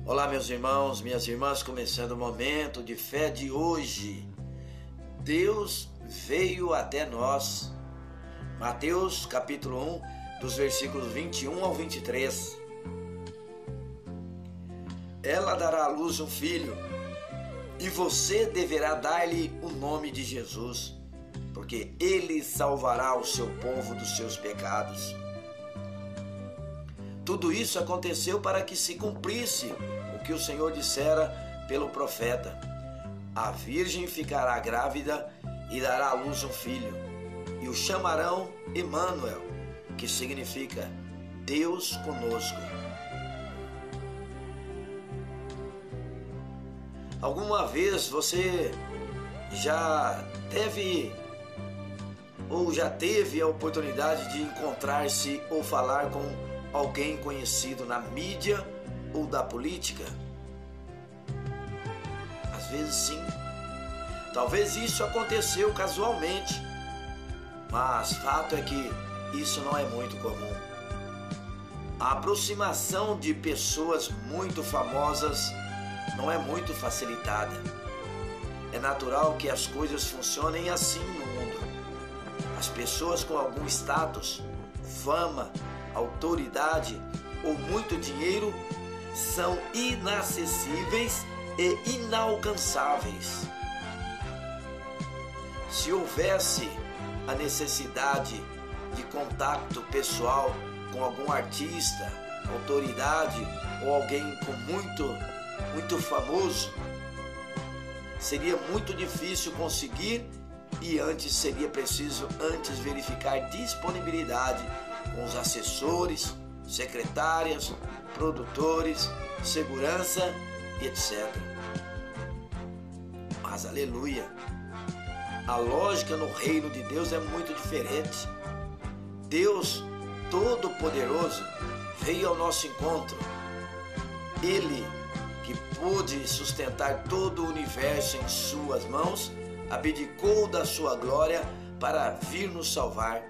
Olá, meus irmãos, minhas irmãs, começando o momento de fé de hoje. Deus veio até nós. Mateus capítulo 1, dos versículos 21 ao 23. Ela dará à luz um filho, e você deverá dar-lhe o nome de Jesus, porque ele salvará o seu povo dos seus pecados. Tudo isso aconteceu para que se cumprisse o que o Senhor dissera pelo profeta. A virgem ficará grávida e dará à luz um filho, e o chamarão Emanuel, que significa Deus conosco. Alguma vez você já teve a oportunidade de encontrar-se ou falar com alguém conhecido na mídia ou da política? Às vezes sim. Talvez isso aconteceu casualmente, mas fato é que isso não é muito comum. A aproximação de pessoas muito famosas não é muito facilitada. É natural que as coisas funcionem assim no mundo. As pessoas com algum status, fama, autoridade ou muito dinheiro são inacessíveis e inalcançáveis. Se houvesse a necessidade de contato pessoal com algum artista, autoridade ou alguém com muito famoso, seria muito difícil conseguir e seria preciso verificar disponibilidade com os assessores, secretárias, produtores, segurança e etc. Mas aleluia, a lógica no reino de Deus é muito diferente. Deus Todo-Poderoso veio ao nosso encontro. Ele, que pôde sustentar todo o universo em suas mãos, abdicou da sua glória para vir nos salvar.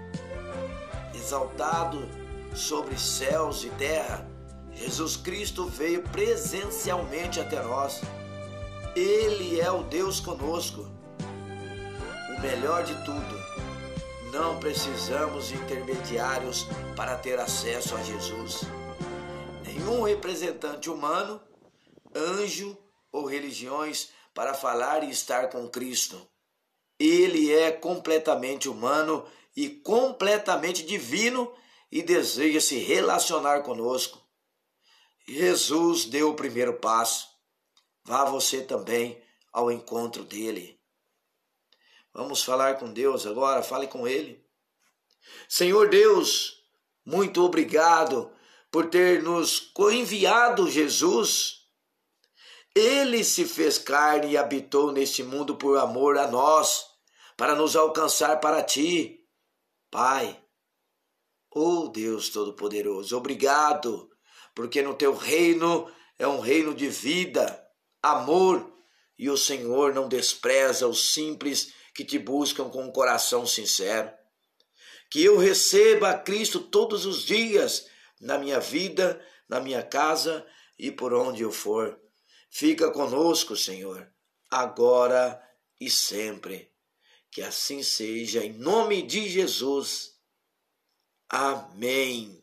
Exaltado sobre céus e terra, Jesus Cristo veio presencialmente até nós. Ele é o Deus conosco. O melhor de tudo, não precisamos de intermediários para ter acesso a Jesus. Nenhum representante humano, anjo ou religiões para falar e estar com Cristo. Ele é completamente humano e completamente divino e deseja se relacionar conosco. Jesus deu o primeiro passo. Vá você também ao encontro dele. Vamos falar com Deus agora, fale com ele. Senhor Deus, muito obrigado por ter nos enviado Jesus. Ele se fez carne e habitou neste mundo por amor a nós, para nos alcançar para ti. Pai, oh Deus Todo-Poderoso, obrigado, porque no teu reino é um reino de vida, amor, e o Senhor não despreza os simples que te buscam com um coração sincero. Que eu receba a Cristo todos os dias na minha vida, na minha casa e por onde eu for. Fica conosco, Senhor, agora e sempre. Que assim seja, em nome de Jesus. Amém.